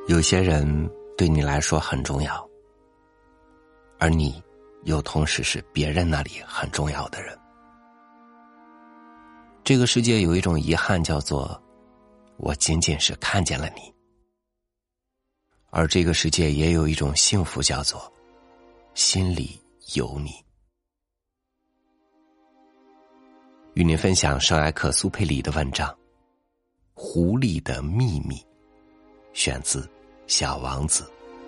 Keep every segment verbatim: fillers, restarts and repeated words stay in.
有些人对你来说很重要，而你又同时是别人那里很重要的人。这个世界有一种遗憾，叫做我仅仅是看见了你，而这个世界也有一种幸福，叫做心里有你。与您分享圣埃克苏佩里的文章《狐狸的秘密》，选自《小王子》。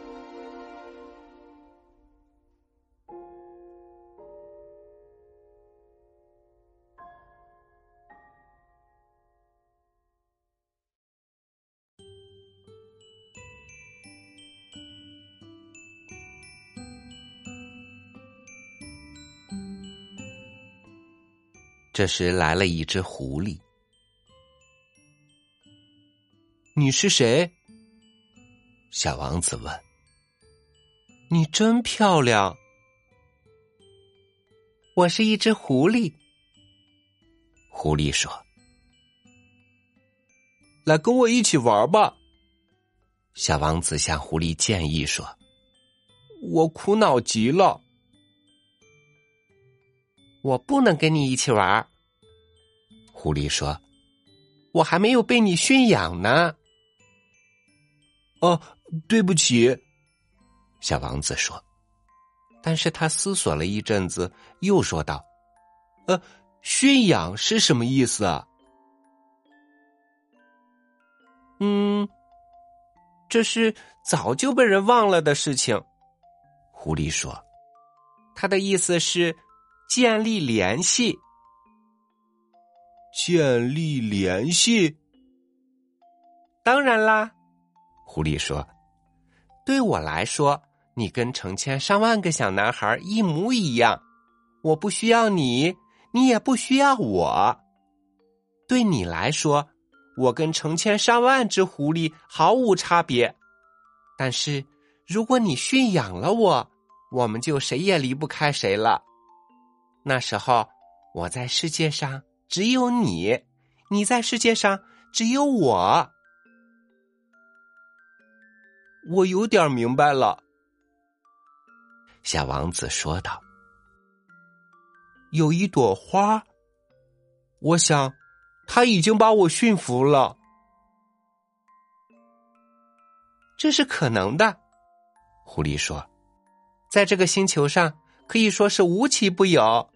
这时来了一只狐狸。你是谁？小王子问。你真漂亮。我是一只狐狸。狐狸说。来跟我一起玩吧。小王子向狐狸建议说。我苦恼极了。我不能跟你一起玩。狐狸说。我还没有被你驯养呢。哦，对不起。小王子说。但是他思索了一阵子，又说道，呃，驯养是什么意思啊？嗯，这是早就被人忘了的事情。狐狸说。他的意思是建立联系。建立联系？当然啦，狐狸说。对我来说，你跟成千上万个小男孩一模一样，我不需要你，你也不需要我。对你来说，我跟成千上万只狐狸毫无差别。但是，如果你驯养了我，我们就谁也离不开谁了。那时候，我在世界上只有你，你在世界上只有我。我有点明白了，小王子说道。有一朵花，我想，它已经把我驯服了。这是可能的，狐狸说。在这个星球上，可以说是无奇不有。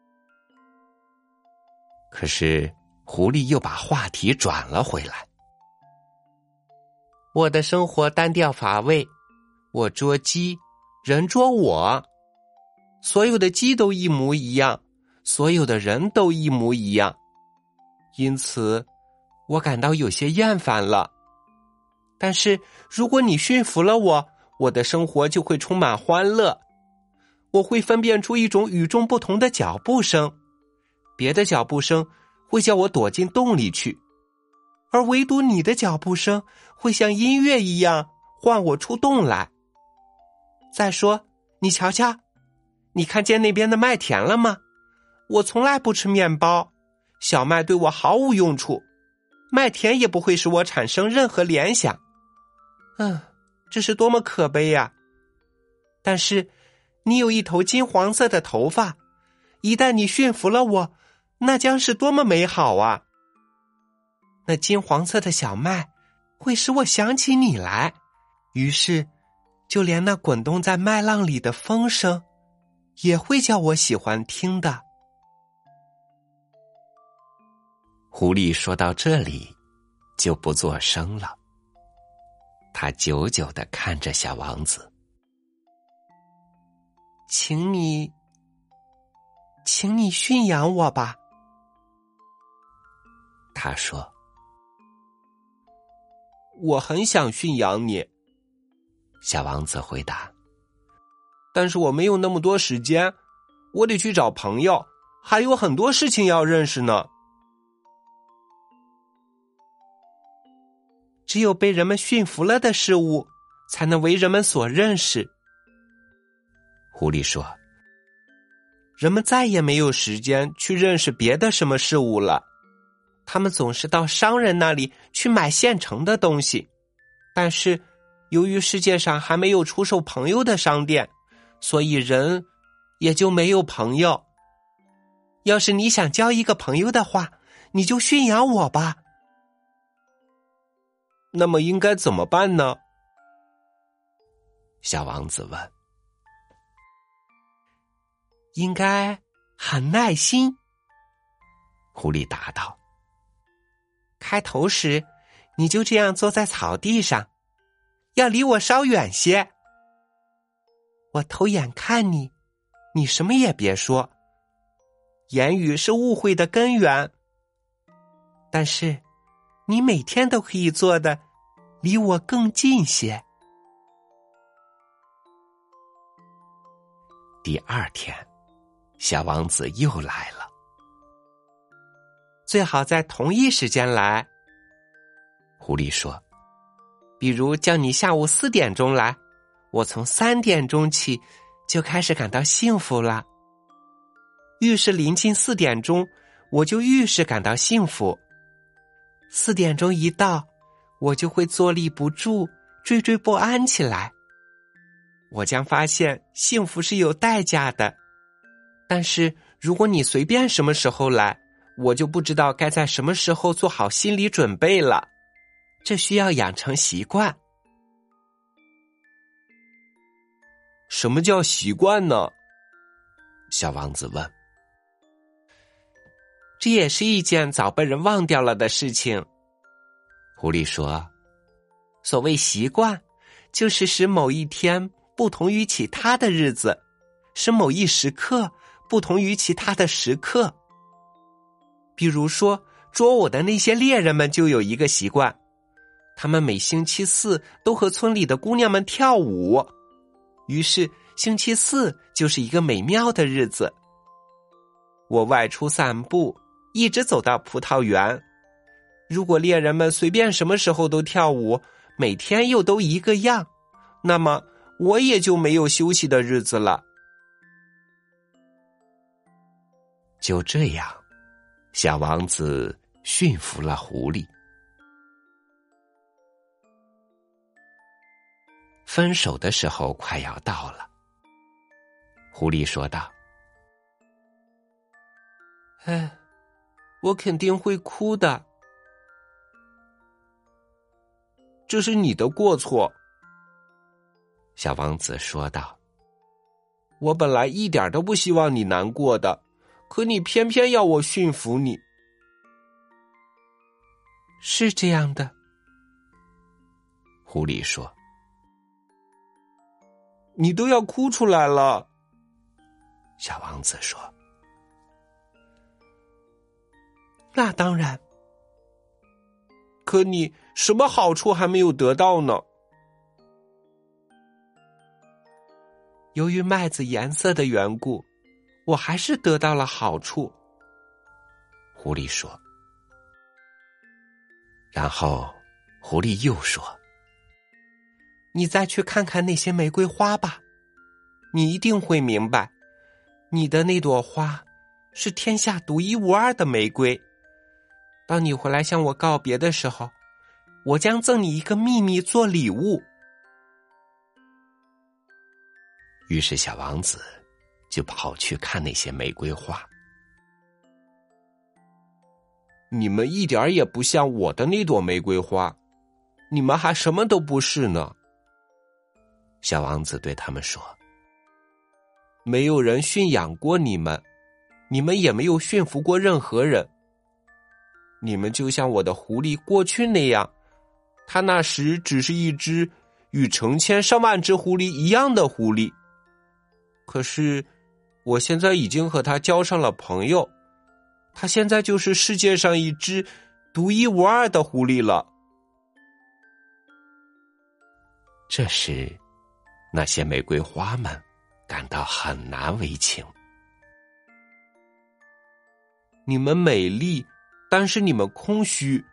可是，狐狸又把话题转了回来。我的生活单调乏味，我捉鸡，人捉我。所有的鸡都一模一样，所有的人都一模一样。因此，我感到有些厌烦了。但是，如果你驯服了我，我的生活就会充满欢乐。我会分辨出一种与众不同的脚步声，别的脚步声会叫我躲进洞里去，而唯独你的脚步声会像音乐一样唤我出洞来。再说，你瞧瞧，你看见那边的麦田了吗？我从来不吃面包，小麦对我毫无用处，麦田也不会使我产生任何联想。嗯，这是多么可悲呀！但是，你有一头金黄色的头发，一旦你驯服了我，那将是多么美好啊！那金黄色的小麦会使我想起你来，于是就连那滚动在麦浪里的风声也会叫我喜欢听的。狐狸说到这里就不作声了，他久久地看着小王子。请你请你驯养我吧，他说。我很想驯养你，小王子回答。但是我没有那么多时间，我得去找朋友，还有很多事情要认识呢。只有被人们驯服了的事物，才能为人们所认识。狐狸说。人们再也没有时间去认识别的什么事物了，他们总是到商人那里去买现成的东西，但是由于世界上还没有出售朋友的商店，所以人也就没有朋友。要是你想交一个朋友的话，你就驯养我吧。那么应该怎么办呢？小王子问。应该很耐心，狐狸答道。开头时，你就这样坐在草地上，要离我稍远些。我偷眼看你，你什么也别说。言语是误会的根源。但是，你每天都可以做的离我更近些。第二天，小王子又来了。最好在同一时间来，狐狸说。比如叫你下午四点钟来，我从三点钟起就开始感到幸福了。越是临近四点钟，我就越是感到幸福。四点钟一到，我就会坐立不住，惴惴不安起来。我将发现幸福是有代价的，但是如果你随便什么时候来，我就不知道该在什么时候做好心理准备了。这需要养成习惯。什么叫习惯呢？小王子问。这也是一件早被人忘掉了的事情，狐狸说。所谓习惯，就是使某一天不同于其他的日子，使某一时刻不同于其他的时刻。比如说，捉我的那些猎人们就有一个习惯，他们每星期四都和村里的姑娘们跳舞，于是星期四就是一个美妙的日子。我外出散步，一直走到葡萄园。如果猎人们随便什么时候都跳舞，每天又都一个样，那么我也就没有休息的日子了。就这样，小王子驯服了狐狸。分手的时候快要到了，狐狸说道。唉，我肯定会哭的。这是你的过错，小王子说道。我本来一点都不希望你难过的，可你偏偏要我驯服你。是这样的，狐狸说。你都要哭出来了，小王子说。那当然。可你什么好处还没有得到呢？由于麦子颜色的缘故，我还是得到了好处，狐狸说。然后狐狸又说，你再去看看那些玫瑰花吧，你一定会明白，你的那朵花是天下独一无二的玫瑰。当你回来向我告别的时候，我将赠你一个秘密做礼物。于是小王子就跑去看那些玫瑰花。你们一点也不像我的那朵玫瑰花，你们还什么都不是呢。小王子对他们说，没有人驯养过你们，你们也没有驯服过任何人。你们就像我的狐狸过去那样，它那时只是一只与成千上万只狐狸一样的狐狸。可是我现在已经和它交上了朋友，它现在就是世界上一只独一无二的狐狸了。这时，那些玫瑰花们感到很难为情。你们美丽，但是你们空虚。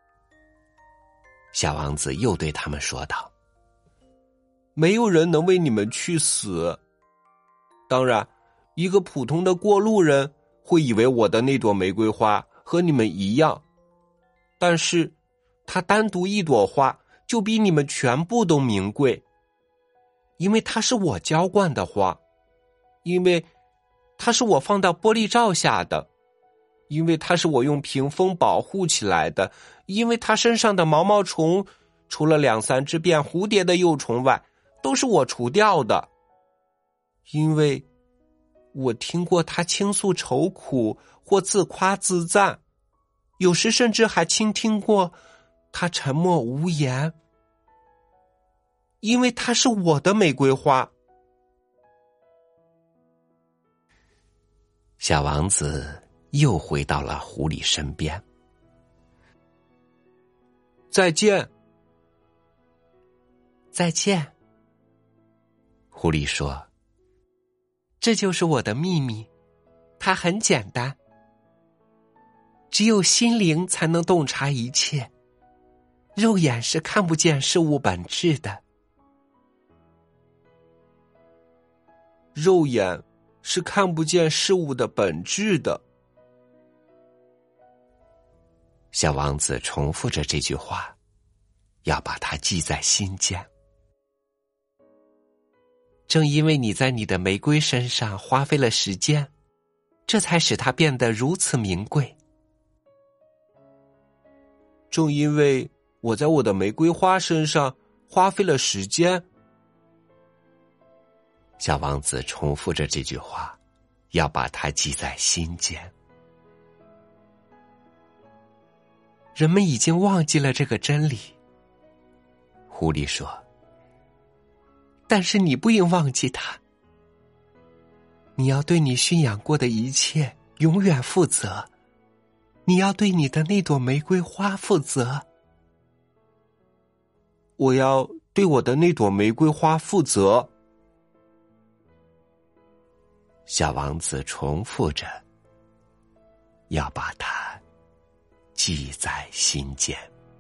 小王子又对他们说道，没有人能为你们去死。当然，一个普通的过路人会以为我的那朵玫瑰花和你们一样，但是它单独一朵花就比你们全部都名贵，因为它是我浇灌的花，因为它是我放到玻璃罩下的，因为它是我用屏风保护起来的，因为它身上的毛毛虫，除了两三只变蝴蝶的幼虫外，都是我除掉的。因为我听过他倾诉愁苦或自夸自赞，有时甚至还倾听过他沉默无言。因为他是我的玫瑰花。小王子又回到了狐狸身边。再见。再见。狐狸说，这就是我的秘密，它很简单。只有心灵才能洞察一切，肉眼是看不见事物本质的。肉眼是看不见事物的本质的。小王子重复着这句话，要把它记在心间。正因为你在你的玫瑰身上花费了时间，这才使它变得如此名贵。正因为我在我的玫瑰花身上花费了时间。小王子重复着这句话，要把它记在心间。人们已经忘记了这个真理，狐狸说，但是你不应忘记它。你要对你驯养过的一切永远负责，你要对你的那朵玫瑰花负责。我要对我的那朵玫瑰花负责。小王子重复着，要把它记在心间。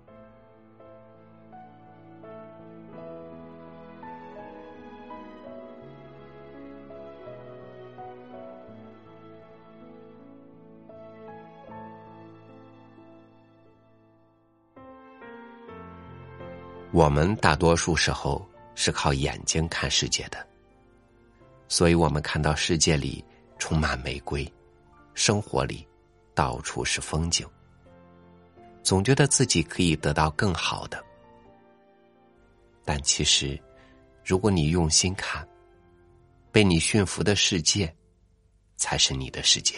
我们大多数时候是靠眼睛看世界的，所以我们看到世界里充满玫瑰，生活里到处是风景，总觉得自己可以得到更好的。但其实，如果你用心看，被你驯服的世界才是你的世界。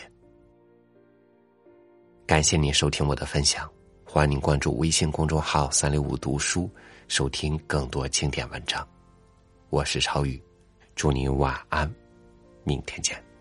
感谢您收听我的分享，欢迎您关注微信公众号三六五读书，收听更多经典文章。我是超宇，祝您晚安，明天见。